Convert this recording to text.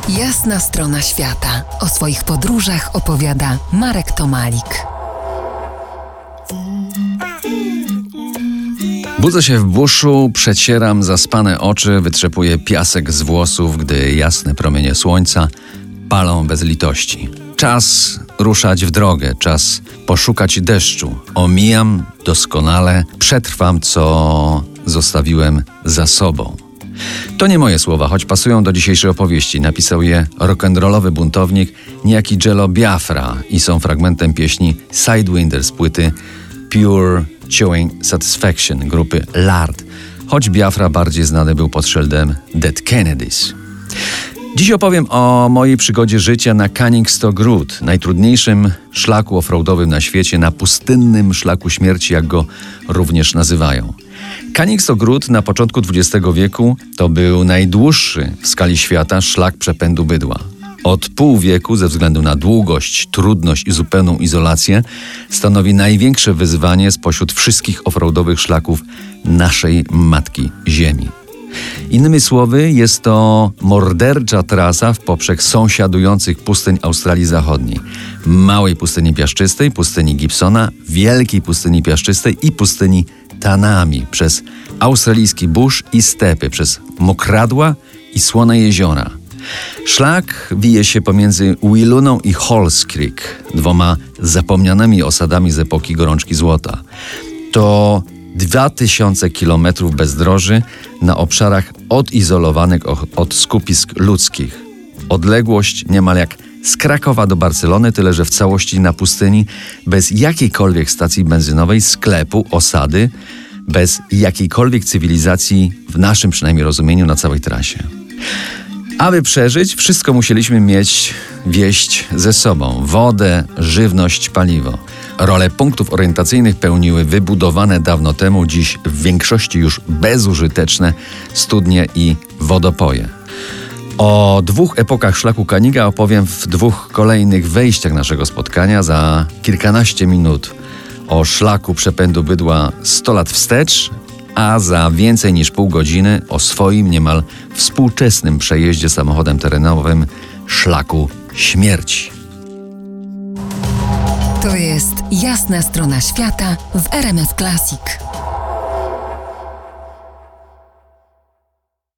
Jasna strona świata. O swoich podróżach opowiada Marek Tomalik. Budzę się w buszu, przecieram zaspane oczy, wytrzepuję piasek z włosów, gdy jasne promienie słońca palą bez litości. Czas ruszać w drogę, czas poszukać deszczu. Omijam doskonale, przetrwam, co zostawiłem za sobą. To nie moje słowa, choć pasują do dzisiejszej opowieści. Napisał je rock'n'rollowy buntownik, niejaki Jello Biafra i są fragmentem pieśni Sidewinder z płyty Pure Chewing Satisfaction grupy Lard, choć Biafra bardziej znany był pod szyldem Dead Kennedys. Dziś opowiem o mojej przygodzie życia na Canning-Stock Road, najtrudniejszym szlaku offroadowym na świecie, na pustynnym szlaku śmierci, jak go również nazywają. Canning-Stock Road na początku XX wieku to był najdłuższy w skali świata szlak przepędu bydła. Od pół wieku, ze względu na długość, trudność i zupełną izolację, stanowi największe wyzwanie spośród wszystkich offroadowych szlaków naszej matki Ziemi. Innymi słowy, jest to mordercza trasa w poprzek sąsiadujących pustyń Australii Zachodniej. Małej pustyni piaszczystej, pustyni Gibsona, wielkiej pustyni piaszczystej i pustyni Tanami, przez australijski busz i stepy, przez mokradła i słone jeziora. Szlak wije się pomiędzy Wiluną i Halls Creek, dwoma zapomnianymi osadami z epoki gorączki złota. To 2000 kilometrów bezdroży na obszarach odizolowanych od skupisk ludzkich. Odległość niemal jak z Krakowa do Barcelony, tyle że w całości na pustyni, bez jakiejkolwiek stacji benzynowej, sklepu, osady, bez jakiejkolwiek cywilizacji, w naszym przynajmniej rozumieniu, na całej trasie. Aby przeżyć, wszystko musieliśmy wieźć ze sobą: wodę, żywność, paliwo. Rolę punktów orientacyjnych pełniły wybudowane dawno temu, dziś w większości już bezużyteczne studnie i wodopoje. O dwóch epokach szlaku Canninga opowiem w dwóch kolejnych wejściach naszego spotkania za kilkanaście minut. O szlaku przepędu bydła 100 lat wstecz, a za więcej niż pół godziny o swoim niemal współczesnym przejeździe samochodem terenowym szlaku śmierci. To jest Jasna strona świata w RMF Classic.